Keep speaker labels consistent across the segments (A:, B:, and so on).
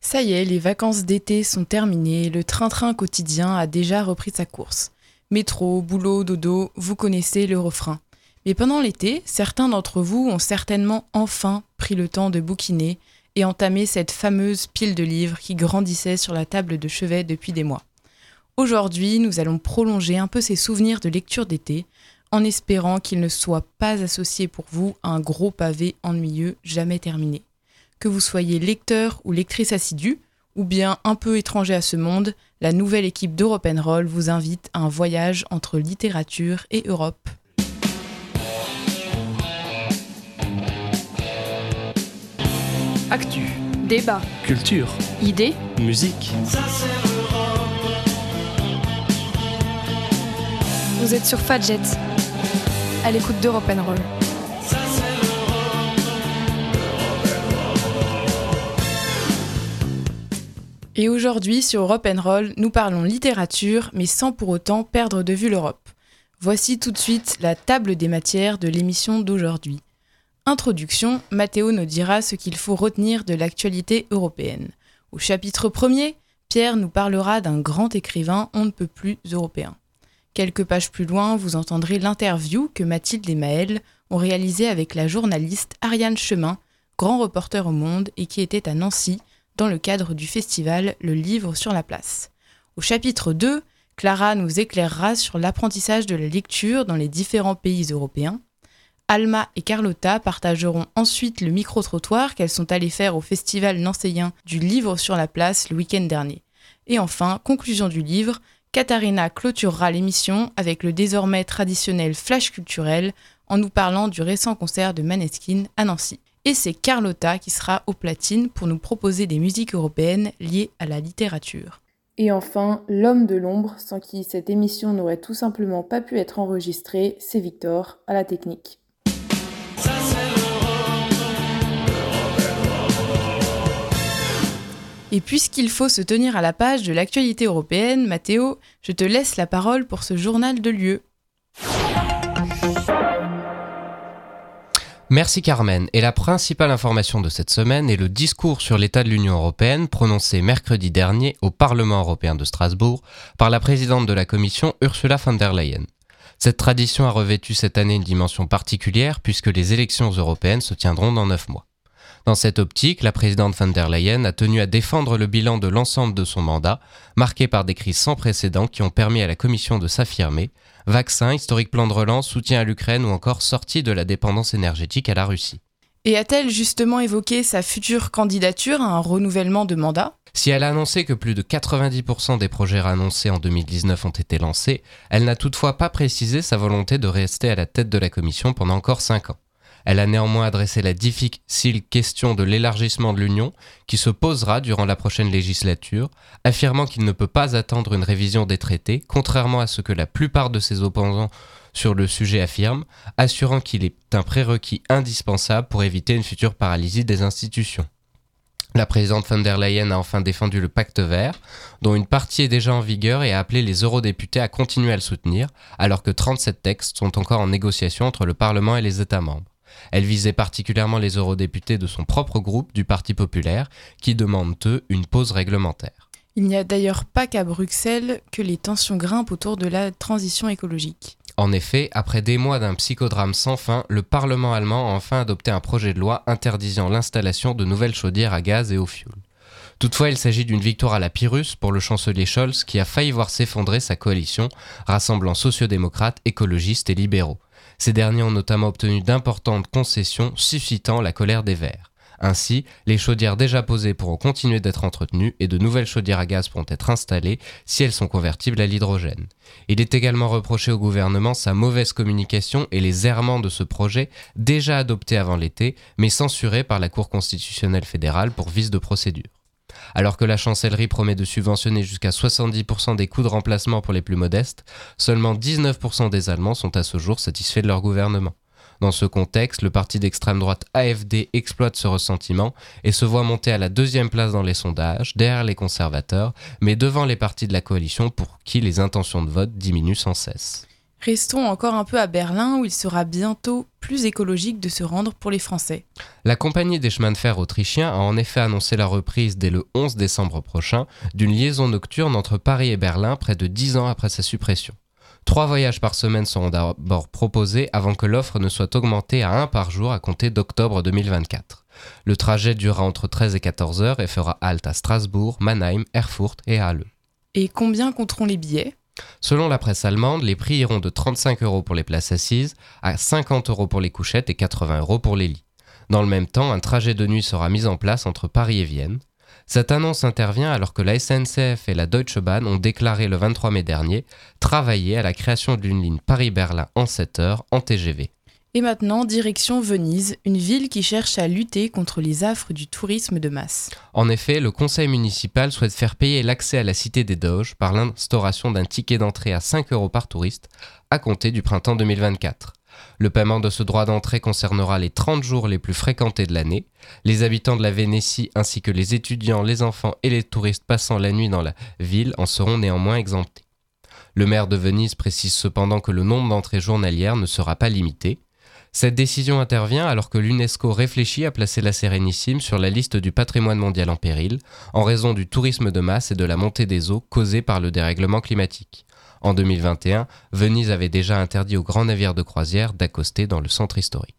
A: Ça y est, les vacances d'été sont terminées, le train-train quotidien a déjà repris sa course. Métro, boulot, dodo, vous connaissez le refrain. Mais pendant l'été, certains d'entre vous ont certainement enfin pris le temps de bouquiner et entamer cette fameuse pile de livres qui grandissait sur la table de chevet depuis des mois. Aujourd'hui, nous allons prolonger un peu ces souvenirs de lecture d'été, en espérant qu'ils ne soient pas associés pour vous à un gros pavé ennuyeux jamais terminé. Que vous soyez lecteur ou lectrice assidue, ou bien un peu étranger à ce monde, la nouvelle équipe d'Europe ' Roll vous invite à un voyage entre littérature et Europe.
B: Actu,
C: Débat,
B: culture,
C: idées,
B: musique.
C: vous êtes sur Fadjet, à l'écoute d'Europe ' Roll.
A: Et aujourd'hui, sur Europe ' Roll, nous parlons littérature, mais sans pour autant perdre de vue l'Europe. Voici tout de suite la table des matières de l'émission d'aujourd'hui. Introduction, Mathéo nous dira ce qu'il faut retenir de l'actualité européenne. Au chapitre 1er, Pierre nous parlera d'un grand écrivain on ne peut plus européen. Quelques pages plus loin, vous entendrez l'interview que Mathilde et Maëlle ont réalisée avec la journaliste Ariane Chemin, grand reporter au Monde et qui était à Nancy, dans le cadre du festival Le Livre sur la Place. Au chapitre 2, Clara nous éclairera sur l'apprentissage de la lecture dans les différents pays européens. Alma et Carlotta partageront ensuite le micro-trottoir qu'elles sont allées faire au festival nancéen du Livre sur la Place le week-end dernier. Et enfin, conclusion du livre, Katharina clôturera l'émission avec le désormais traditionnel flash culturel en nous parlant du récent concert de Maneskin à Nancy. Et c'est Carlotta qui sera aux platines pour nous proposer des musiques européennes liées à la littérature. Et enfin, l'homme de l'ombre, sans qui cette émission n'aurait tout simplement pas pu être enregistrée, c'est Victor, à la technique. Et puisqu'il faut se tenir à la page de l'actualité européenne, Mathéo, je te laisse la parole pour ce journal de lieu.
D: Merci Carmen. Et la principale information de cette semaine est le discours sur l'état de l'Union européenne prononcé mercredi dernier au Parlement européen de Strasbourg par la présidente de la Commission Ursula von der Leyen. Cette tradition a revêtu cette année une dimension particulière puisque les élections européennes se tiendront dans 9 mois. Dans cette optique, la présidente von der Leyen a tenu à défendre le bilan de l'ensemble de son mandat, marqué par des crises sans précédent qui ont permis à la Commission de s'affirmer, vaccins, historique plan de relance, soutien à l'Ukraine ou encore sortie de la dépendance énergétique à la Russie.
A: Et a-t-elle justement évoqué sa future candidature à un renouvellement de mandat ?
D: Si elle a annoncé que plus de 90% des projets annoncés en 2019 ont été lancés, elle n'a toutefois pas précisé sa volonté de rester à la tête de la Commission pendant encore 5 ans. Elle a néanmoins adressé la difficile question de l'élargissement de l'Union qui se posera durant la prochaine législature, affirmant qu'il ne peut pas attendre une révision des traités, contrairement à ce que la plupart de ses opposants sur le sujet affirment, assurant qu'il est un prérequis indispensable pour éviter une future paralysie des institutions. La présidente von der Leyen a enfin défendu le pacte vert, dont une partie est déjà en vigueur et a appelé les eurodéputés à continuer à le soutenir, alors que 37 textes sont encore en négociation entre le Parlement et les États membres. Elle visait particulièrement les eurodéputés de son propre groupe, du Parti populaire, qui demandent, eux, une pause réglementaire.
A: Il n'y a d'ailleurs pas qu'à Bruxelles que les tensions grimpent autour de la transition écologique.
D: En effet, après des mois d'un psychodrame sans fin, le Parlement allemand a enfin adopté un projet de loi interdisant l'installation de nouvelles chaudières à gaz et au fioul. Toutefois, il s'agit d'une victoire à la Pyrrhus pour le chancelier Scholz qui a failli voir s'effondrer sa coalition, rassemblant sociodémocrates, écologistes et libéraux. Ces derniers ont notamment obtenu d'importantes concessions suscitant la colère des Verts. Ainsi, les chaudières déjà posées pourront continuer d'être entretenues et de nouvelles chaudières à gaz pourront être installées si elles sont convertibles à l'hydrogène. Il est également reproché au gouvernement sa mauvaise communication et les errements de ce projet déjà adopté avant l'été, mais censuré par la Cour constitutionnelle fédérale pour vice de procédure. Alors que la chancellerie promet de subventionner jusqu'à 70% des coûts de remplacement pour les plus modestes, seulement 19% des Allemands sont à ce jour satisfaits de leur gouvernement. Dans ce contexte, le parti d'extrême droite AfD exploite ce ressentiment et se voit monter à la 2e place dans les sondages, derrière les conservateurs, mais devant les partis de la coalition pour qui les intentions de vote diminuent sans cesse.
A: Restons encore un peu à Berlin où il sera bientôt plus écologique de se rendre pour les Français.
D: La compagnie des chemins de fer autrichiens a en effet annoncé la reprise dès le 11 décembre prochain d'une liaison nocturne entre Paris et Berlin près de 10 ans après sa suppression. 3 voyages par semaine seront d'abord proposés avant que l'offre ne soit augmentée à 1 par jour à compter d'octobre 2024. Le trajet durera entre 13 et 14 heures et fera halte à Strasbourg, Mannheim, Erfurt et Halle.
A: Et combien coûteront les billets ?
D: Selon la presse allemande, les prix iront de 35 € pour les places assises à 50 € pour les couchettes et 80 € pour les lits. Dans le même temps, un trajet de nuit sera mis en place entre Paris et Vienne. Cette annonce intervient alors que la SNCF et la Deutsche Bahn ont déclaré le 23 mai dernier travailler à la création d'une ligne Paris-Berlin en 7 heures en TGV.
A: Et maintenant, direction Venise, une ville qui cherche à lutter contre les affres du tourisme de masse.
D: En effet, le conseil municipal souhaite faire payer l'accès à la Cité des Doges par l'instauration d'un ticket d'entrée à 5 € par touriste à compter du printemps 2024. Le paiement de ce droit d'entrée concernera les 30 jours les plus fréquentés de l'année. Les habitants de la Vénétie ainsi que les étudiants, les enfants et les touristes passant la nuit dans la ville en seront néanmoins exemptés. Le maire de Venise précise cependant que le nombre d'entrées journalières ne sera pas limité. Cette décision intervient alors que l'UNESCO réfléchit à placer la Sérénissime sur la liste du patrimoine mondial en péril, en raison du tourisme de masse et de la montée des eaux causée par le dérèglement climatique. En 2021, Venise avait déjà interdit aux grands navires de croisière d'accoster dans le centre historique.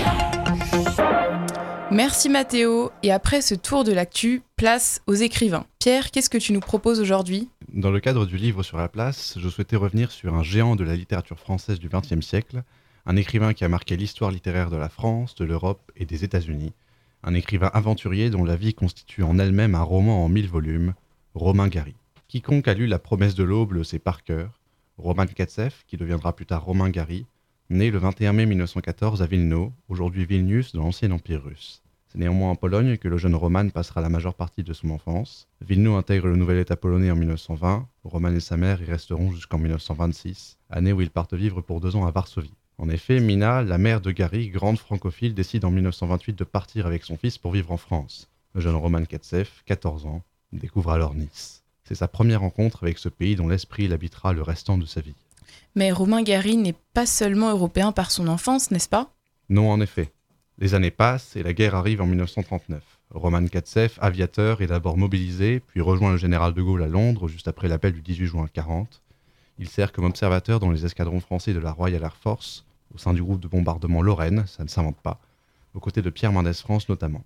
A: Merci Mathéo, et après ce tour de l'actu, place aux écrivains. Pierre, qu'est-ce que tu nous proposes aujourd'hui ?
B: Dans le cadre du livre sur la place, je souhaitais revenir sur un géant de la littérature française du XXe siècle, un écrivain qui a marqué l'histoire littéraire de la France, de l'Europe et des États-Unis, un écrivain aventurier dont la vie constitue en elle-même un roman en 1000 volumes, Romain Gary. Quiconque a lu La promesse de l'aube le sait par cœur. Roman Katsev, qui deviendra plus tard Romain Gary, né le 21 mai 1914 à Wilno, aujourd'hui Vilnius dans l'ancien empire russe. C'est néanmoins en Pologne que le jeune Roman passera la majeure partie de son enfance. Wilno intègre le nouvel État polonais en 1920, Roman et sa mère y resteront jusqu'en 1926, année où ils partent vivre pour 2 ans à Varsovie. En effet, Mina, la mère de Gary, grande francophile, décide en 1928 de partir avec son fils pour vivre en France. Le jeune Roman Katsev, 14 ans, découvre alors Nice. C'est sa première rencontre avec ce pays dont l'esprit l'habitera le restant de sa vie.
A: Mais Romain Gary n'est pas seulement européen par son enfance, n'est-ce pas ?
B: Non, en effet. Les années passent et la guerre arrive en 1939. Roman Katsev, aviateur, est d'abord mobilisé, puis rejoint le général de Gaulle à Londres juste après l'appel du 18 juin 1940. Il sert comme observateur dans les escadrons français de la Royal Air Force, au sein du groupe de bombardement Lorraine, ça ne s'invente pas, aux côtés de Pierre Mendès France notamment.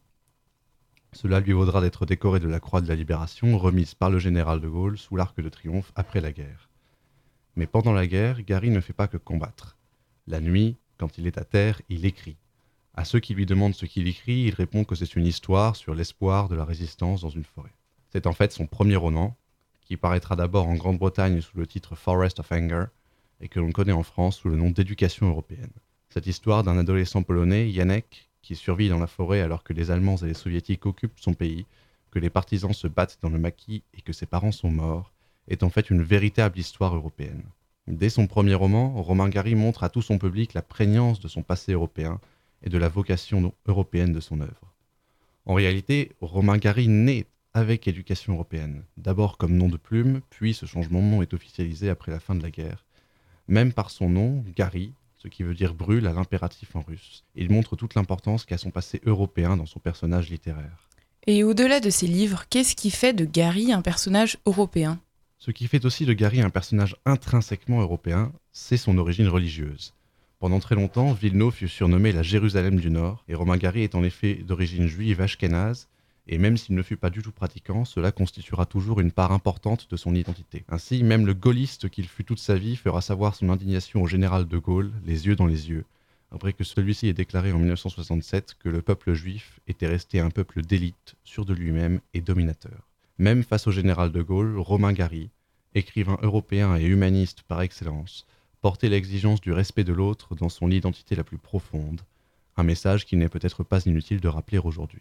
B: Cela lui vaudra d'être décoré de la Croix de la Libération, remise par le général de Gaulle sous l'Arc de Triomphe après la guerre. Mais pendant la guerre, Gary ne fait pas que combattre. La nuit, quand il est à terre, il écrit. À ceux qui lui demandent ce qu'il écrit, il répond que c'est une histoire sur l'espoir de la résistance dans une forêt. C'est en fait son premier roman, qui paraîtra d'abord en Grande-Bretagne sous le titre Forest of Anger, et que l'on connaît en France sous le nom d'Éducation européenne. Cette histoire d'un adolescent polonais, Janek, qui survit dans la forêt alors que les Allemands et les Soviétiques occupent son pays, que les partisans se battent dans le maquis et que ses parents sont morts, est en fait une véritable histoire européenne. Dès son premier roman, Romain Gary montre à tout son public la prégnance de son passé européen et de la vocation européenne de son œuvre. En réalité, Romain Gary naît avec Éducation européenne, d'abord comme nom de plume, puis ce changement de nom est officialisé après la fin de la guerre. Même par son nom, Gary, ce qui veut dire brûle à l'impératif en russe. Il montre toute l'importance qu'a son passé européen dans son personnage littéraire.
A: Et au-delà de ses livres, qu'est-ce qui fait de Gary un personnage européen ?
B: Ce qui fait aussi de Gary un personnage intrinsèquement européen, c'est son origine religieuse. Pendant très longtemps, Wilno fut surnommée la Jérusalem du Nord, et Romain Gary est en effet d'origine juive ashkénaze, et même s'il ne fut pas du tout pratiquant, cela constituera toujours une part importante de son identité. Ainsi, même le gaulliste qu'il fut toute sa vie fera savoir son indignation au général de Gaulle, les yeux dans les yeux, après que celui-ci ait déclaré en 1967 que le peuple juif était resté un peuple d'élite, sûr de lui-même et dominateur. Même face au général de Gaulle, Romain Gary, écrivain européen et humaniste par excellence, portait l'exigence du respect de l'autre dans son identité la plus profonde, un message qu'il n'est peut-être pas inutile de rappeler aujourd'hui.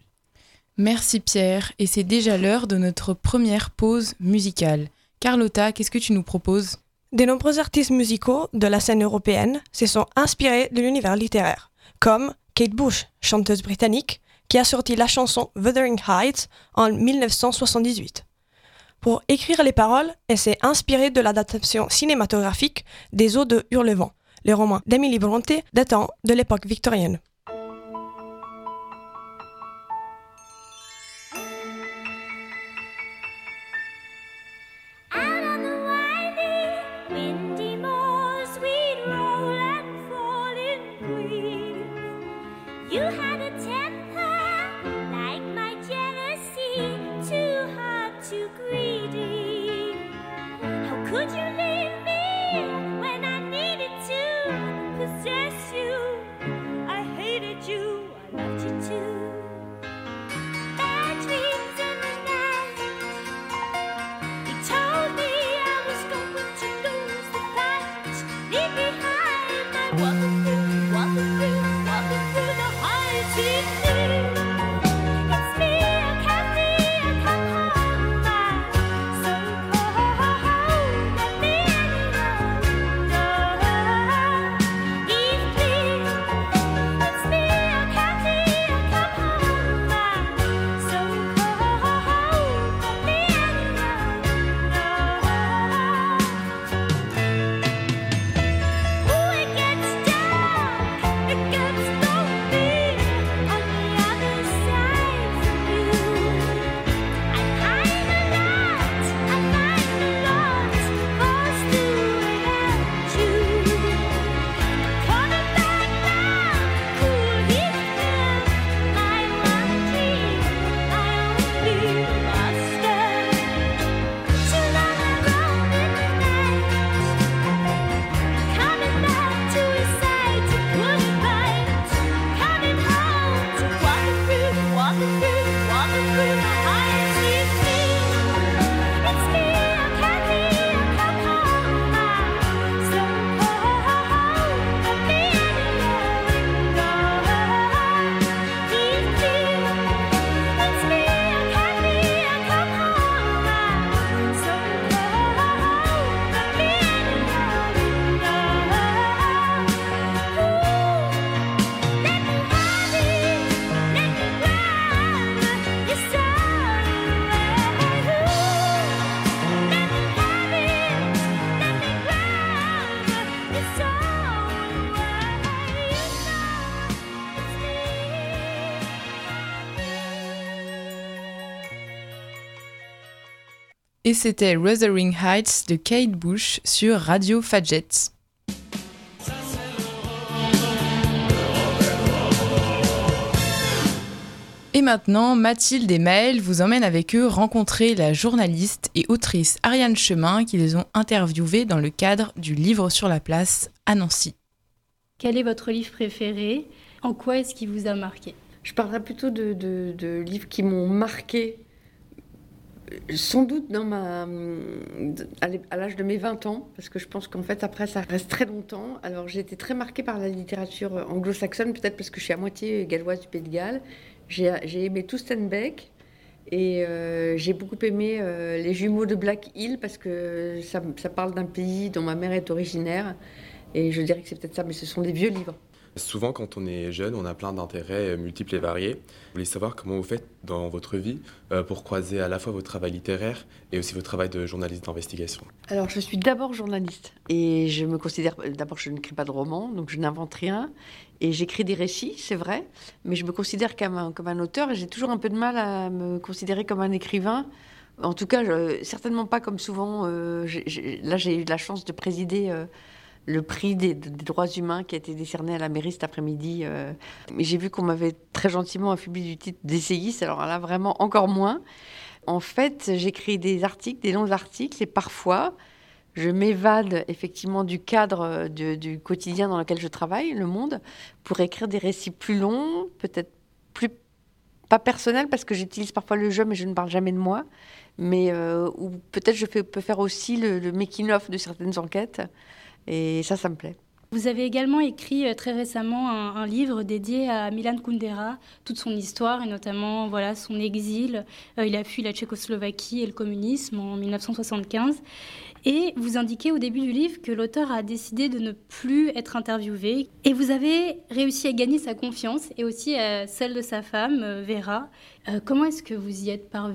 A: Merci Pierre, et c'est déjà l'heure de notre première pause musicale. Carlotta, qu'est-ce que tu nous proposes ?
E: De nombreux artistes musicaux de la scène européenne se sont inspirés de l'univers littéraire, comme Kate Bush, chanteuse britannique, qui a sorti la chanson Wuthering Heights en 1978. Pour écrire les paroles, elle s'est inspirée de l'adaptation cinématographique des Eaux de Hurlevent, les romans d'Émilie Brontë datant de l'époque victorienne.
A: Et c'était Wuthering Heights de Kate Bush sur Radio Fadjet. Et maintenant, Mathilde et Maëlle vous emmènent avec eux rencontrer la journaliste et autrice Ariane Chemin qui les ont interviewés dans le cadre du Livre sur la place à Nancy.
F: Quel est votre livre préféré ? En quoi est-ce qu'il vous a marqué ?
G: Je parlerai plutôt de livres qui m'ont marqué, sans doute à l'âge de mes 20 ans, parce que je pense qu'en fait après ça reste très longtemps. Alors j'ai été très marquée par la littérature anglo-saxonne, peut-être parce que je suis à moitié galloise du Pays de Galles. J'ai aimé tout Steinbeck et j'ai beaucoup aimé Les Jumeaux de Black Hill parce que ça parle d'un pays dont ma mère est originaire et je dirais que c'est peut-être ça, mais ce sont des vieux livres.
H: Souvent, quand on est jeune, on a plein d'intérêts multiples et variés. Je voulais savoir comment vous faites dans votre vie pour croiser à la fois votre travail littéraire et aussi votre travail de journaliste d'investigation.
G: Alors, je suis d'abord journaliste et je me considère... D'abord, je n'écris pas de romans, donc je n'invente rien. Et j'écris des récits, c'est vrai, mais je me considère comme un auteur et j'ai toujours un peu de mal à me considérer comme un écrivain. En tout cas, certainement pas comme souvent... Là, j'ai eu la chance de présider... le prix des droits humains qui a été décerné à la mairie cet après-midi. Mais j'ai vu qu'on m'avait très gentiment affublé du titre d'essayiste, alors là, vraiment encore moins. En fait, j'écris des articles, des longs articles, et parfois, je m'évade effectivement du cadre du quotidien dans lequel je travaille, Le Monde, pour écrire des récits plus longs, peut-être plus pas personnels, parce que j'utilise parfois le jeu, mais je ne parle jamais de moi. Mais ou peut-être je peux faire aussi le making-of de certaines enquêtes. Et ça me plaît.
F: Vous avez également écrit très récemment un livre dédié à Milan Kundera, toute son histoire et notamment son exil. Il a fui la Tchécoslovaquie et le communisme en 1975. Et vous indiquez au début du livre que l'auteur a décidé de ne plus être interviewé. Et vous avez réussi à gagner sa confiance et aussi celle de sa femme, Vera. Comment est-ce que vous y êtes parvenu ?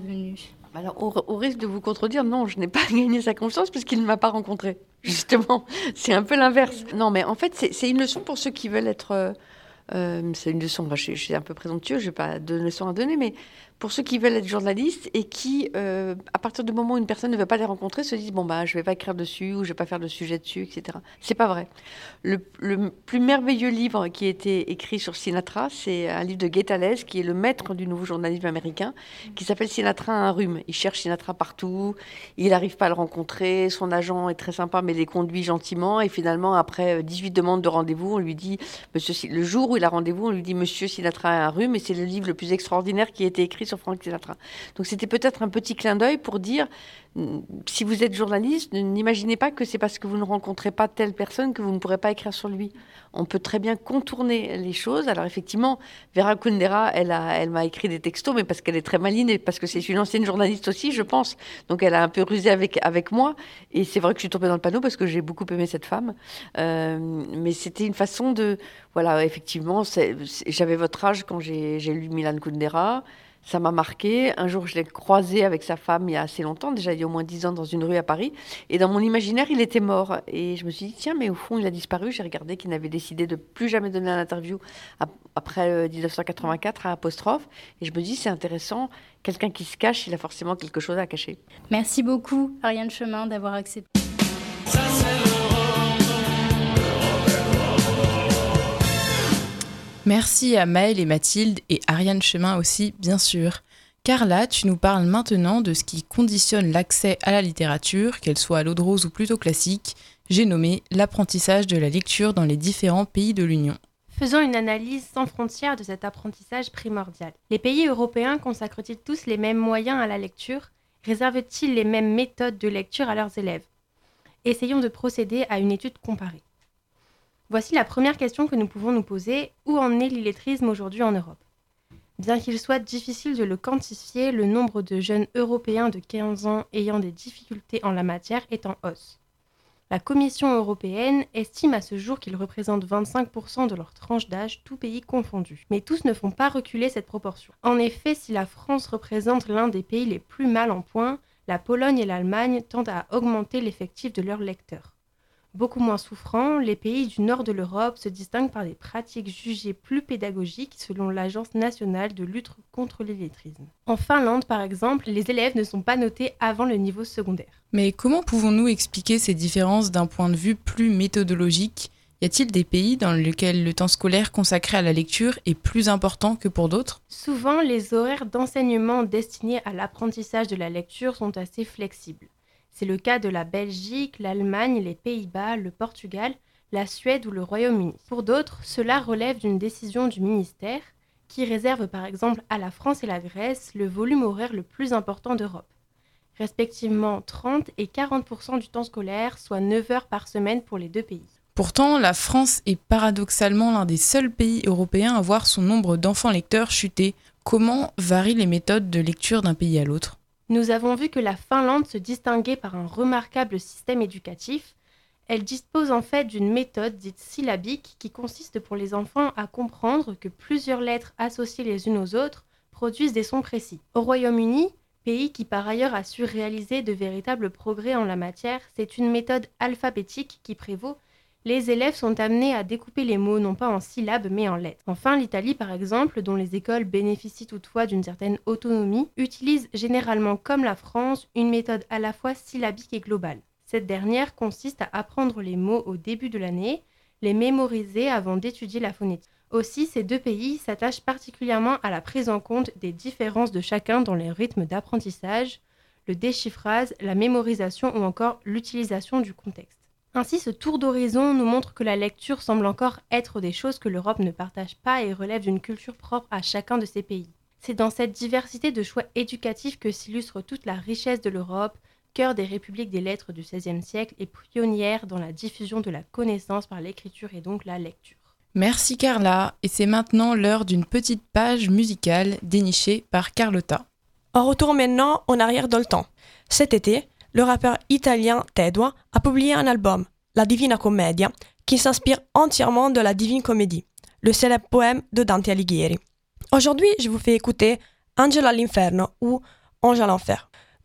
G: Alors, au risque de vous contredire, non, je n'ai pas gagné sa confiance parce qu'il ne m'a pas rencontrée. Justement, c'est un peu l'inverse. Non, mais en fait, c'est une leçon pour ceux qui veulent être... c'est une leçon, je suis un peu présomptueux, je n'ai pas de leçon à donner, mais pour ceux qui veulent être journalistes et qui, à partir du moment où une personne ne veut pas les rencontrer, se disent, je ne vais pas écrire dessus ou je ne vais pas faire de sujet dessus, etc. C'est pas vrai. Le plus merveilleux livre qui a été écrit sur Sinatra, c'est un livre de Guy Tallez, qui est le maître du nouveau journalisme américain, qui s'appelle Sinatra a un rhume. Il cherche Sinatra partout, il n'arrive pas à le rencontrer, son agent est très sympa, mais les conduit gentiment, et finalement, après 18 demandes de rendez-vous, on lui dit, le jour où il a rendez-vous, on lui dit, Monsieur Sinatra a un rhume, et c'est le livre le plus extraordinaire qui a été écrit sur Frank Sinatra. Donc c'était peut-être un petit clin d'œil pour dire, si vous êtes journaliste, n'imaginez pas que c'est parce que vous ne rencontrez pas telle personne que vous ne pourrez pas écrire sur lui. On peut très bien contourner les choses. Alors effectivement, Vera Kundera, elle m'a écrit des textos, mais parce qu'elle est très maligne et parce que c'est une ancienne journaliste aussi, je pense. Donc elle a un peu rusé avec moi. Et c'est vrai que je suis tombée dans le panneau parce que j'ai beaucoup aimé cette femme. Mais c'était une façon de... Voilà, effectivement, j'avais votre âge quand j'ai lu Milan Kundera. Ça m'a marqué. Un jour, je l'ai croisé avec sa femme il y a assez longtemps, déjà il y a au moins 10 ans, dans une rue à Paris. Et dans mon imaginaire, il était mort. Et je me suis dit, tiens, mais au fond, il a disparu. J'ai regardé qu'il avait décidé de plus jamais donner une interview après 1984 à Apostrophe. Et je me dis, c'est intéressant. Quelqu'un qui se cache, il a forcément quelque chose à cacher.
F: Merci beaucoup, Ariane Chemin, d'avoir accepté.
A: Merci à Maëlle et Mathilde et Ariane Chemin aussi, bien sûr. Carla, tu nous parles maintenant de ce qui conditionne l'accès à la littérature, qu'elle soit à l'eau de rose ou plutôt classique. J'ai nommé l'apprentissage de la lecture dans les différents pays de l'Union.
I: Faisons une analyse sans frontières de cet apprentissage primordial. Les pays européens consacrent-ils tous les mêmes moyens à la lecture ? Réservent-ils les mêmes méthodes de lecture à leurs élèves ? Essayons de procéder à une étude comparée. Voici la première question que nous pouvons nous poser. Où en est l'illettrisme aujourd'hui en Europe ? Bien qu'il soit difficile de le quantifier, le nombre de jeunes Européens de 15 ans ayant des difficultés en la matière est en hausse. La Commission européenne estime à ce jour qu'ils représentent 25% de leur tranche d'âge, tous pays confondus. Mais tous ne font pas reculer cette proportion. En effet, si la France représente l'un des pays les plus mal en point, la Pologne et l'Allemagne tendent à augmenter l'effectif de leurs lecteurs. Beaucoup moins souffrants, les pays du nord de l'Europe se distinguent par des pratiques jugées plus pédagogiques selon l'Agence nationale de lutte contre l'illettrisme. En Finlande, par exemple, les élèves ne sont pas notés avant le niveau secondaire.
A: Mais comment pouvons-nous expliquer ces différences d'un point de vue plus méthodologique ? Y a-t-il des pays dans lesquels le temps scolaire consacré à la lecture est plus important que pour d'autres ?
I: Souvent, les horaires d'enseignement destinés à l'apprentissage de la lecture sont assez flexibles. C'est le cas de la Belgique, l'Allemagne, les Pays-Bas, le Portugal, la Suède ou le Royaume-Uni. Pour d'autres, cela relève d'une décision du ministère qui réserve par exemple à la France et la Grèce le volume horaire le plus important d'Europe, respectivement 30 et 40% du temps scolaire, soit 9 heures par semaine pour les deux pays.
A: Pourtant, la France est paradoxalement l'un des seuls pays européens à voir son nombre d'enfants lecteurs chuter. Comment varient les méthodes de lecture d'un pays à l'autre ?
I: Nous avons vu que la Finlande se distinguait par un remarquable système éducatif. Elle dispose en fait d'une méthode dite syllabique qui consiste pour les enfants à comprendre que plusieurs lettres associées les unes aux autres produisent des sons précis. Au Royaume-Uni, pays qui par ailleurs a su réaliser de véritables progrès en la matière, c'est une méthode alphabétique qui prévaut. Les élèves sont amenés à découper les mots non pas en syllabes mais en lettres. Enfin, l'Italie par exemple, dont les écoles bénéficient toutefois d'une certaine autonomie, utilise généralement comme la France une méthode à la fois syllabique et globale. Cette dernière consiste à apprendre les mots au début de l'année, les mémoriser avant d'étudier la phonétique. Aussi, ces deux pays s'attachent particulièrement à la prise en compte des différences de chacun dans les rythmes d'apprentissage, le déchiffrage, la mémorisation ou encore l'utilisation du contexte. Ainsi, ce tour d'horizon nous montre que la lecture semble encore être des choses que l'Europe ne partage pas et relève d'une culture propre à chacun de ces pays. C'est dans cette diversité de choix éducatifs que s'illustre toute la richesse de l'Europe, cœur des républiques des lettres du XVIe siècle et pionnière dans la diffusion de la connaissance par l'écriture et donc la lecture.
A: Merci Carla, et c'est maintenant l'heure d'une petite page musicale dénichée par Carlotta.
E: On retourne maintenant en arrière dans le temps. Cet été, le rappeur italien Tedua a publié un album, La Divina Commedia, qui s'inspire entièrement de la Divine Comédie, le célèbre poème de Dante Alighieri. Aujourd'hui, je vous fais écouter Angelo all'inferno ou Ange à l'enfer.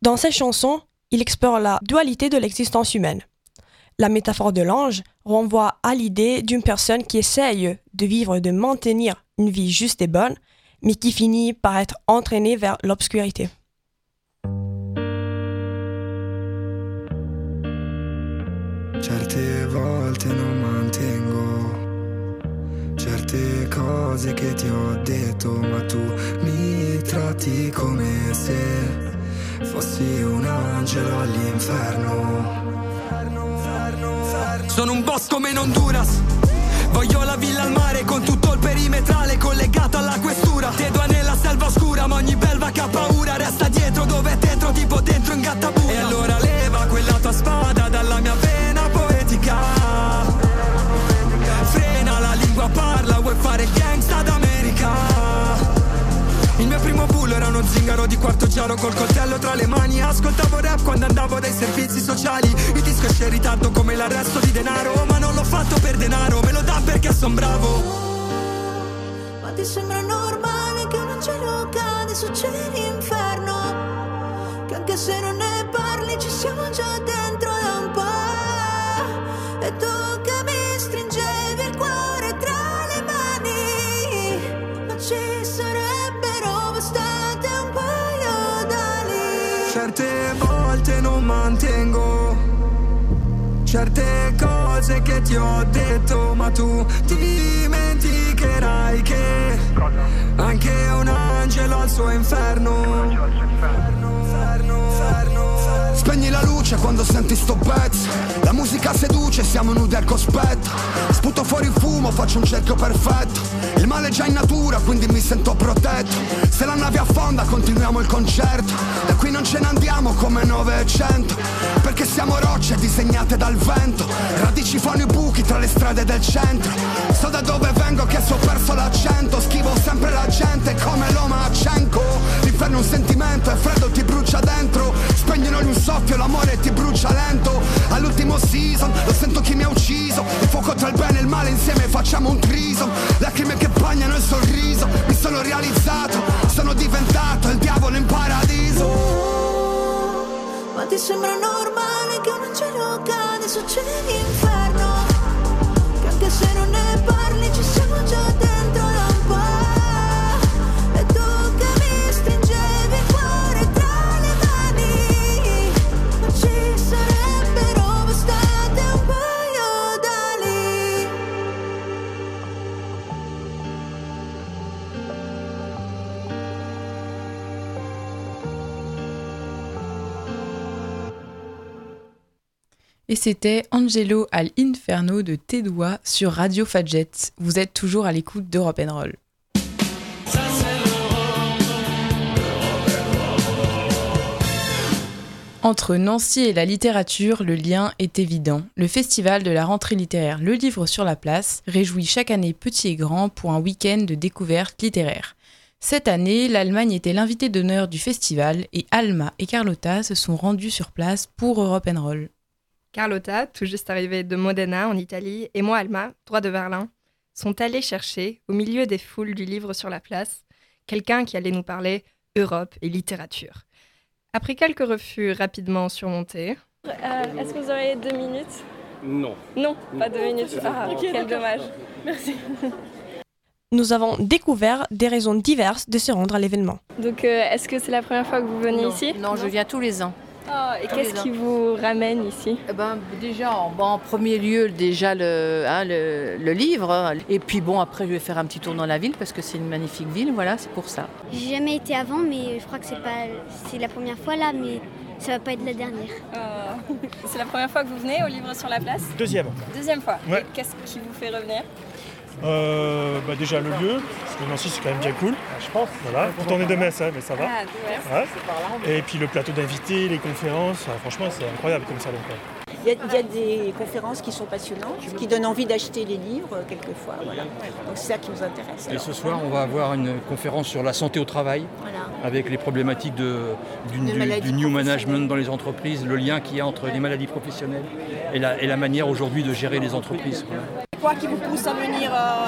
E: Dans ses chansons, il explore la dualité de l'existence humaine. La métaphore de l'ange renvoie à l'idée d'une personne qui essaye de vivre et de maintenir une vie juste et bonne, mais qui finit par être entraînée vers l'obscurité.
J: Certe volte non mantengo certe cose che ti ho detto, ma tu mi tratti come se fossi un angelo all'inferno. Sono un boss come in Honduras, voglio la villa al mare con tutto il perimetrale collegato alla questura. Tedua nella selva oscura, ma ogni belva che ha paura resta dietro dove è dentro, tipo dentro in Gattabura. E allora leva quella tua spada dalla mia vena poetica, frena la lingua, parla, vuoi fare gangsta d'America. Il mio primo bullo era uno zingaro di quarto giaro col coltello tra le mani. Ascoltavo rap quando andavo dai servizi sociali. Il disco esce in ritardo come l'arresto di denaro, ma non l'ho fatto per denaro, me lo dà perché son bravo.
K: Ma ti sembra normale che un angelo cade su cieli d'inferno? Che anche se non ne parli ci siamo già dentro da un po'. E tu che mi stringevi il cuore tra le mani, ma ci sarebbero bastate un paio d'ali.
J: Certe volte non mantengo certe cose che ti ho detto, ma tu dimenticherai che anche un angelo ha il suo inferno. Spegni la luce quando senti sto pezzo, la musica seduce, siamo nudi al cospetto. Sputo fuori il fumo, faccio un cerchio perfetto. Il male è già in natura, quindi mi sento protetto. Se la nave affonda continuiamo il concerto. Da qui non ce ne andiamo come 900, perché siamo rocce disegnate dal vento. Radici fanno i buchi tra le strade del centro. So da dove vengo che se ho perso l'accento, schivo sempre la gente come Lomachenko. L'inferno è un sentimento e freddo ti brucia dentro. Spegnono in un soffio, l'amore ti brucia lento. All'ultimo season lo sento chi mi ha ucciso. Il fuoco tra il bene e il male insieme facciamo un threesome. Lacrime che bagnano il sorriso. Mi sono realizzato, sono diventato il diavolo in paradiso.
K: Ma ti sembra normale che un angelo cade su cieli d'inferno? Che anche se non ne parli ci siamo già dentro da un po'. E tu che mi stringevi il cuore tra le mani, ma ci sarebbero bastate un paio d'ali.
A: Et c'était Angelo all'Inferno de Tedua sur Radio Fadjet. Vous êtes toujours à l'écoute d'Europe & Roll. Entre Nancy et la littérature, le lien est évident. Le festival de la rentrée littéraire Le Livre sur la Place réjouit chaque année petits et grands pour un week-end de découverte littéraire. Cette année, l'Allemagne était l'invité d'honneur du festival et Alma et Carlotta se sont rendues sur place pour Europe & Roll.
L: Carlotta, tout juste arrivée de Modena en Italie, et moi, Alma, droit de Berlin, sont allés chercher, au milieu des foules du Livre sur la Place, quelqu'un qui allait nous parler Europe et littérature. Après quelques refus rapidement surmontés...
M: Est-ce que vous aurez 2 minutes ?
N: Non.
M: Non, pas 2 minutes. Ah, okay, quel dommage. Merci.
E: Nous avons découvert des raisons diverses de se rendre à l'événement.
M: Donc, est-ce que c'est la première fois que vous venez ici ?
O: Non, je viens tous les ans.
M: Oh, et qu'est-ce qui vous ramène ici ?
O: Déjà, en premier lieu, déjà le livre. Et puis bon, après, je vais faire un petit tour dans la ville parce que c'est une magnifique ville. Voilà, c'est pour ça.
P: J'ai jamais été avant, mais je crois que c'est la première fois là, mais ça va pas être la dernière.
M: C'est la première fois que vous venez au Livre sur la Place ?
Q: Deuxième fois.
M: Ouais. Et qu'est-ce qui vous fait revenir ?
Q: Déjà le lieu, parce que Nancy c'est quand même bien cool, je pense. Voilà. Pourtant on est de Metz, mais ça va. Ouais. Et puis le plateau d'invités, les conférences, franchement c'est incroyable comme ça.
R: Il y a des conférences qui sont passionnantes, qui donnent envie d'acheter les livres quelquefois. Voilà. Donc c'est ça qui nous intéresse.
S: Et ce soir on va avoir une conférence sur la santé au travail, avec les problématiques du new management dans les entreprises, le lien qu'il y a entre les maladies professionnelles et la manière aujourd'hui de gérer les entreprises.
R: Quoi qui vous pousse à venir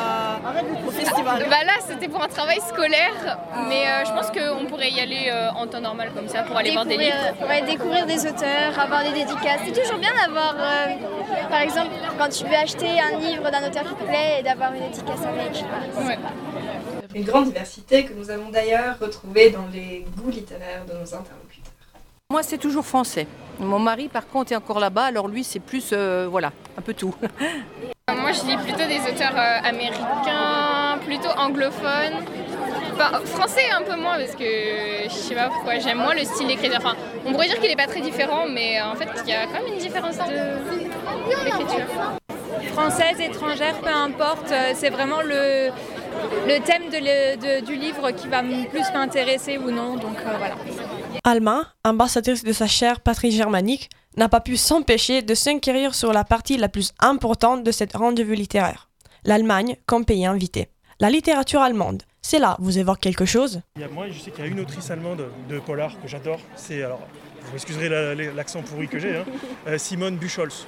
M: au festival?
N: Là, c'était pour un travail scolaire, mais je pense qu'on pourrait y aller en temps normal comme ça pour aller voir des livres.
P: Découvrir des auteurs, avoir des dédicaces. C'est toujours bien d'avoir, par exemple, quand tu veux acheter un livre d'un auteur qui te plaît et d'avoir une dédicace avec.
L: Ouais. Une grande diversité que nous avons d'ailleurs retrouvée dans les goûts littéraires de nos interlocuteurs.
O: Moi, c'est toujours français. Mon mari, par contre, est encore là-bas, alors lui, c'est plus, un peu tout.
N: Moi, je lis plutôt des auteurs américains, plutôt anglophones. Français un peu moins, parce que je sais pas pourquoi, j'aime moins le style d'écriture. Enfin, on pourrait dire qu'il n'est pas très différent, mais en fait, il y a quand même une différence d'écriture.
T: Française, étrangère, peu importe, c'est vraiment le thème du livre qui va plus m'intéresser ou non, donc voilà.
E: Alma, ambassadrice de sa chère patrie germanique, n'a pas pu s'empêcher de s'inquérir sur la partie la plus importante de cette rendez-vous littéraire, l'Allemagne comme pays invité. La littérature allemande, c'est là, vous évoque quelque chose?
Q: Moi, je sais qu'il y a une autrice allemande de polar que j'adore, c'est, alors, vous m'excuserez l'accent pourri que j'ai, Simone Buchholz,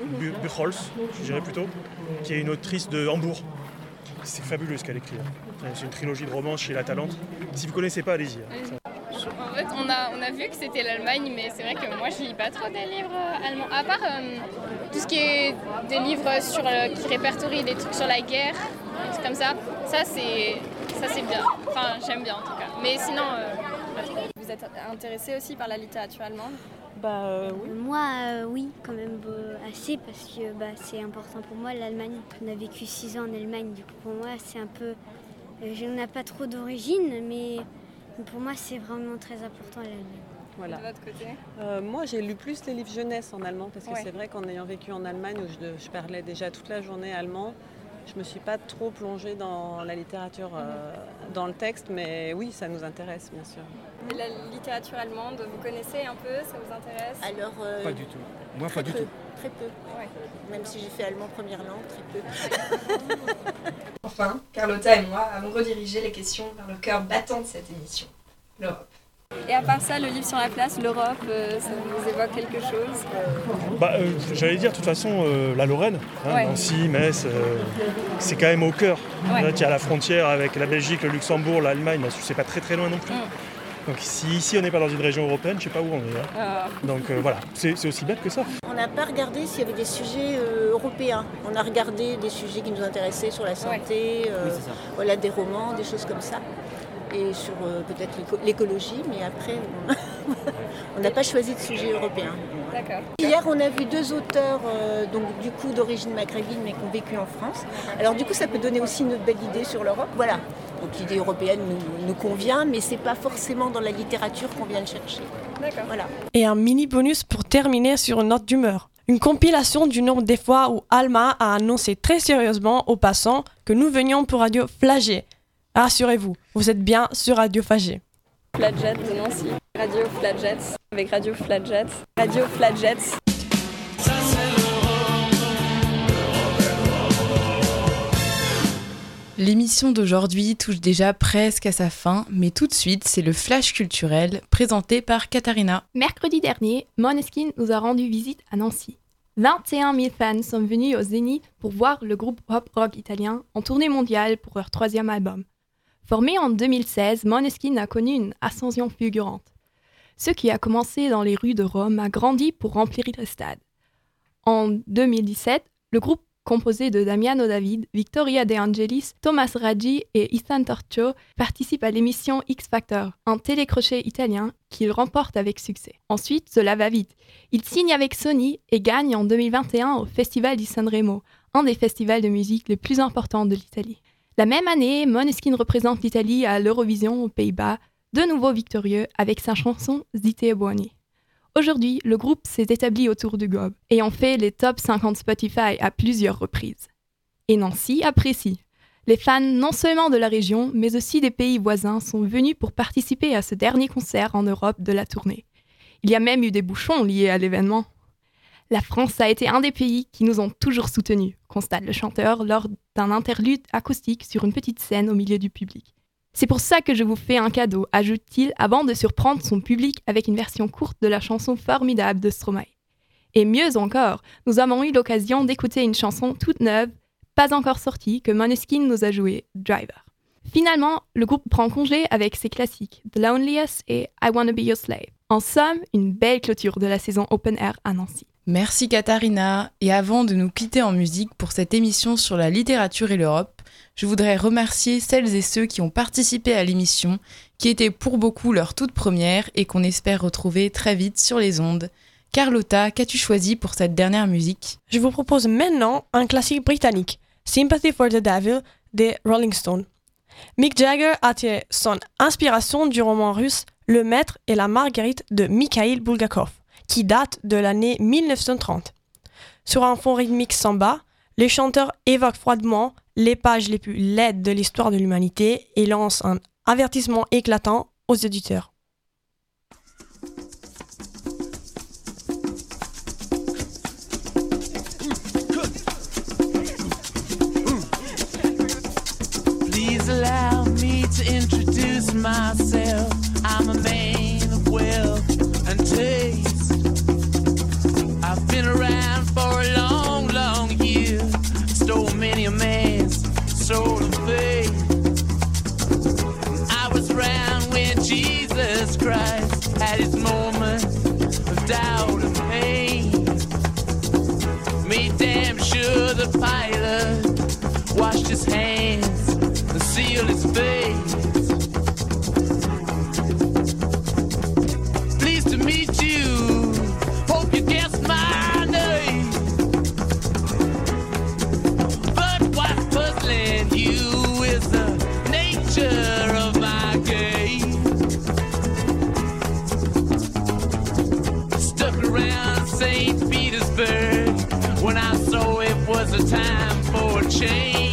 Q: je dirais plutôt, qui est une autrice de Hambourg. C'est fabuleux ce qu'elle écrit. C'est une trilogie de romans chez La Talente. Si vous ne connaissez pas, allez-y.
N: En fait, on a vu que c'était l'Allemagne, mais c'est vrai que moi, je lis pas trop des livres allemands. À part tout ce qui est des livres qui répertorient des trucs sur la guerre, des trucs comme ça. Ça, c'est bien. Enfin, j'aime bien en tout cas. Mais sinon, pas trop.
M: Vous êtes intéressée aussi par la littérature allemande?
P: Oui. Moi, oui, quand même assez, parce que c'est important pour moi, l'Allemagne. On a vécu 6 ans en Allemagne, du coup, pour moi, c'est un peu... je n'ai pas trop d'origine, mais pour moi, c'est vraiment très important, l'Allemagne.
M: Voilà. De votre côté?
U: Moi, j'ai lu plus les livres jeunesse en allemand, parce que c'est vrai qu'en ayant vécu en Allemagne, où je parlais déjà toute la journée allemand, je ne me suis pas trop plongée dans la littérature, dans le texte, mais oui, ça nous intéresse, bien sûr.
M: Et la littérature allemande, vous connaissez un peu? Ça vous intéresse?
U: Alors,
S: pas du tout. Moi, pas du tout.
U: Très peu. Ouais. Même si j'ai fait allemand première langue, très peu.
L: Enfin, Carlotta et moi avons redirigé les questions vers le cœur battant de cette émission, l'Europe.
M: Et à part ça, le livre sur la place, l'Europe, ça vous évoque quelque chose?
Q: J'allais dire, de toute façon, la Lorraine, Nancy, Metz, c'est quand même au cœur. Là, il y a la frontière avec la Belgique, le Luxembourg, l'Allemagne, c'est pas très très loin non plus. Donc si ici on n'est pas dans une région européenne, je ne sais pas où on est. Donc voilà, c'est aussi bête que ça.
R: On n'a pas regardé s'il y avait des sujets européens. On a regardé des sujets qui nous intéressaient sur la santé, des romans, des choses comme ça. Et sur peut-être l'écologie, mais après, on n'a pas choisi de sujet européen.
M: D'accord.
R: Hier, on a vu 2 auteurs du coup d'origine maghrébine, mais qui ont vécu en France. Alors du coup, ça peut donner aussi une belle idée sur l'Europe. Voilà. Donc l'idée européenne nous convient, mais c'est pas forcément dans la littérature qu'on vient de chercher.
M: D'accord.
R: Voilà.
E: Et un mini bonus pour terminer sur une note d'humeur. Une compilation du nombre des fois où Alma a annoncé très sérieusement aux passants que nous venions pour Radio Flagey. Rassurez-vous, vous êtes bien sur Radio Flagey.
M: Flatjet de Nancy. Radio Flatjet avec Radio Flatjet. Radio Flatjet.
A: L'émission d'aujourd'hui touche déjà presque à sa fin, mais tout de suite, c'est le flash culturel présenté par Katharina.
I: Mercredi dernier, Måneskin nous a rendu visite à Nancy. 21 000 fans sont venus au Zénith pour voir le groupe pop-rock italien en tournée mondiale pour leur 3e album. Formé en 2016, Måneskin a connu une ascension fulgurante. Ce qui a commencé dans les rues de Rome a grandi pour remplir le stade. En 2017, le groupe composé de Damiano David, Victoria De Angelis, Thomas Raggi et Ethan Torcho participe à l'émission X Factor, un télécrochet italien qu'il remporte avec succès. Ensuite, cela va vite. Il signe avec Sony et gagne en 2021 au Festival di Sanremo, un des festivals de musique les plus importants de l'Italie. La même année, Måneskin représente l'Italie à l'Eurovision aux Pays-Bas, de nouveau victorieux avec sa chanson Zitti e buoni. Aujourd'hui, le groupe s'est établi autour du globe, ayant fait les top 50 Spotify à plusieurs reprises. Et Nancy apprécie. Les fans non seulement de la région, mais aussi des pays voisins sont venus pour participer à ce dernier concert en Europe de la tournée. Il y a même eu des bouchons liés à l'événement. La France a été un des pays qui nous ont toujours soutenus, constate le chanteur lors d'un interlude acoustique sur une petite scène au milieu du public. C'est pour ça que je vous fais un cadeau, ajoute-t-il avant de surprendre son public avec une version courte de la chanson formidable de Stromae. Et mieux encore, nous avons eu l'occasion d'écouter une chanson toute neuve,
C: pas encore sorti que Måneskin nous a joué Driver. Finalement, le groupe prend congé avec ses classiques The Loneliest et I Wanna Be Your Slave. En somme, une belle clôture de la saison Open Air à Nancy.
A: Merci Katharina. Et avant de nous quitter en musique pour cette émission sur la littérature et l'Europe, je voudrais remercier celles et ceux qui ont participé à l'émission, qui était pour beaucoup leur toute première et qu'on espère retrouver très vite sur les ondes. Carlotta, qu'as-tu choisi pour cette dernière musique ?
E: Je vous propose maintenant un classique britannique, Sympathy for the Devil des Rolling Stones. Mick Jagger a tiré son inspiration du roman russe Le Maître et la Marguerite de Mikhail Bulgakov, qui date de l'année 1930. Sur un fond rythmique samba, les chanteurs évoquent froidement les pages les plus laides de l'histoire de l'humanité et lancent un avertissement éclatant aux auditeurs.
K: Please allow me to introduce myself. I'm a man of wealth and taste. I've been around for a long, long year. Stole many a man's soul of faith. I was around when Jesus Christ had his moment of doubt and pain. Made damn sure the pilot washed his hands and sealed his face. Pleased to meet you, hope you guessed my name. But what's puzzling you is the nature of my game. Stuck around St. Petersburg when I saw it was a time for a change.